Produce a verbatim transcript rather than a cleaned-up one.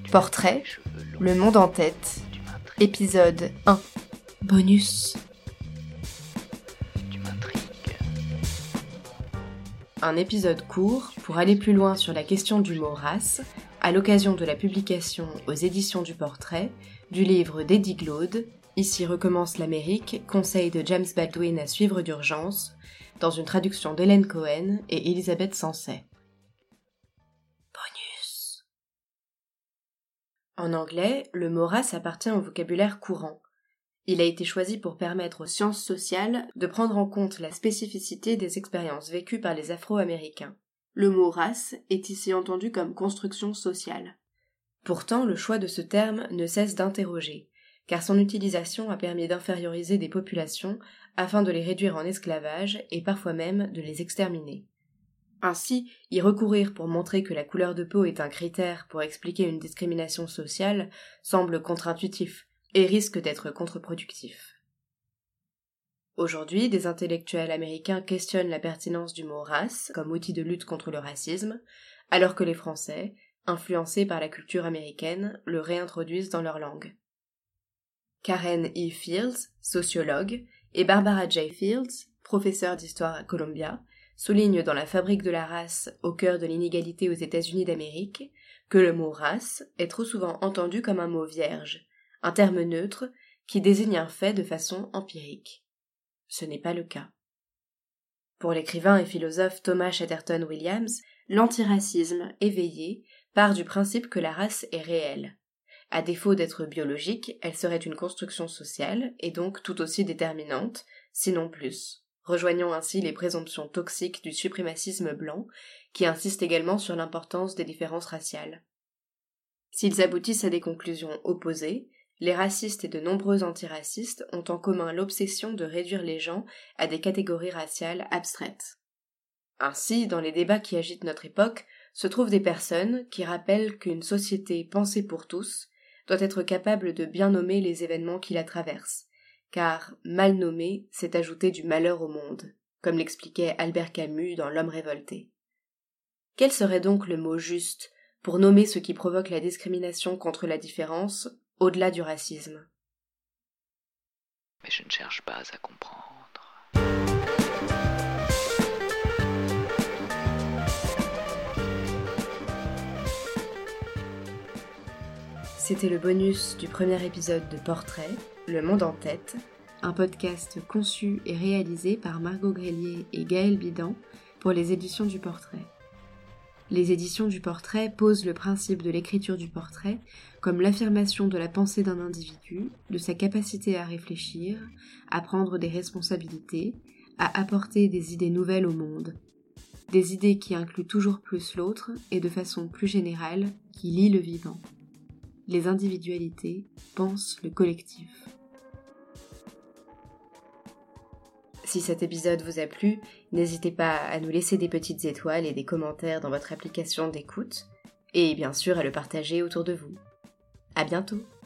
Portrait, le monde en tête, épisode un. Bonus. Un épisode court pour aller plus loin sur la question du mot race, à l'occasion de la publication aux éditions du Portrait du livre d'Eddie Glaude, Ici recommence l'Amérique, conseil de James Baldwin à suivre d'urgence, dans une traduction d'Hélène Cohen et Elisabeth Sansay. Bonus. En anglais, le mot race appartient au vocabulaire courant. Il a été choisi pour permettre aux sciences sociales de prendre en compte la spécificité des expériences vécues par les Afro-Américains. Le mot race est ici entendu comme construction sociale. Pourtant, le choix de ce terme ne cesse d'interroger, car son utilisation a permis d'inférioriser des populations afin de les réduire en esclavage et parfois même de les exterminer. Ainsi, y recourir pour montrer que la couleur de peau est un critère pour expliquer une discrimination sociale semble contre-intuitif et risque d'être contre-productif. Aujourd'hui, des intellectuels américains questionnent la pertinence du mot race comme outil de lutte contre le racisme, alors que les Français, influencés par la culture américaine, le réintroduisent dans leur langue. Karen E. Fields, sociologue, et Barbara J. Fields, professeure d'histoire à Columbia, soulignent dans La fabrique de la race, au cœur de l'inégalité aux États-Unis d'Amérique, que le mot race est trop souvent entendu comme un mot vierge, un terme neutre qui désigne un fait de façon empirique. Ce n'est pas le cas. Pour l'écrivain et philosophe Thomas Chatterton Williams, l'antiracisme éveillé part du principe que la race est réelle. À défaut d'être biologique, elle serait une construction sociale et donc tout aussi déterminante, sinon plus, rejoignant ainsi les présomptions toxiques du suprémacisme blanc qui insistent également sur l'importance des différences raciales. S'ils aboutissent à des conclusions opposées, les racistes et de nombreux antiracistes ont en commun l'obsession de réduire les gens à des catégories raciales abstraites. Ainsi, dans les débats qui agitent notre époque, se trouvent des personnes qui rappellent qu'une société pensée pour tous doit être capable de bien nommer les événements qui la traversent, car mal nommer, c'est ajouter du malheur au monde, comme l'expliquait Albert Camus dans L'homme révolté. Quel serait donc le mot juste pour nommer ce qui provoque la discrimination contre la différence, au-delà du racisme? Mais je ne cherche pas à comprendre. C'était le bonus du premier épisode de Portrait, le monde en tête, un podcast conçu et réalisé par Margot Grélier et Gaël Bidan pour les éditions du Portrait. Les éditions du Portrait posent le principe de l'écriture du portrait comme l'affirmation de la pensée d'un individu, de sa capacité à réfléchir, à prendre des responsabilités, à apporter des idées nouvelles au monde. Des idées qui incluent toujours plus l'autre et de façon plus générale qui lient le vivant. Les individualités pensent le collectif. Si cet épisode vous a plu, n'hésitez pas à nous laisser des petites étoiles et des commentaires dans votre application d'écoute, et bien sûr à le partager autour de vous. À bientôt!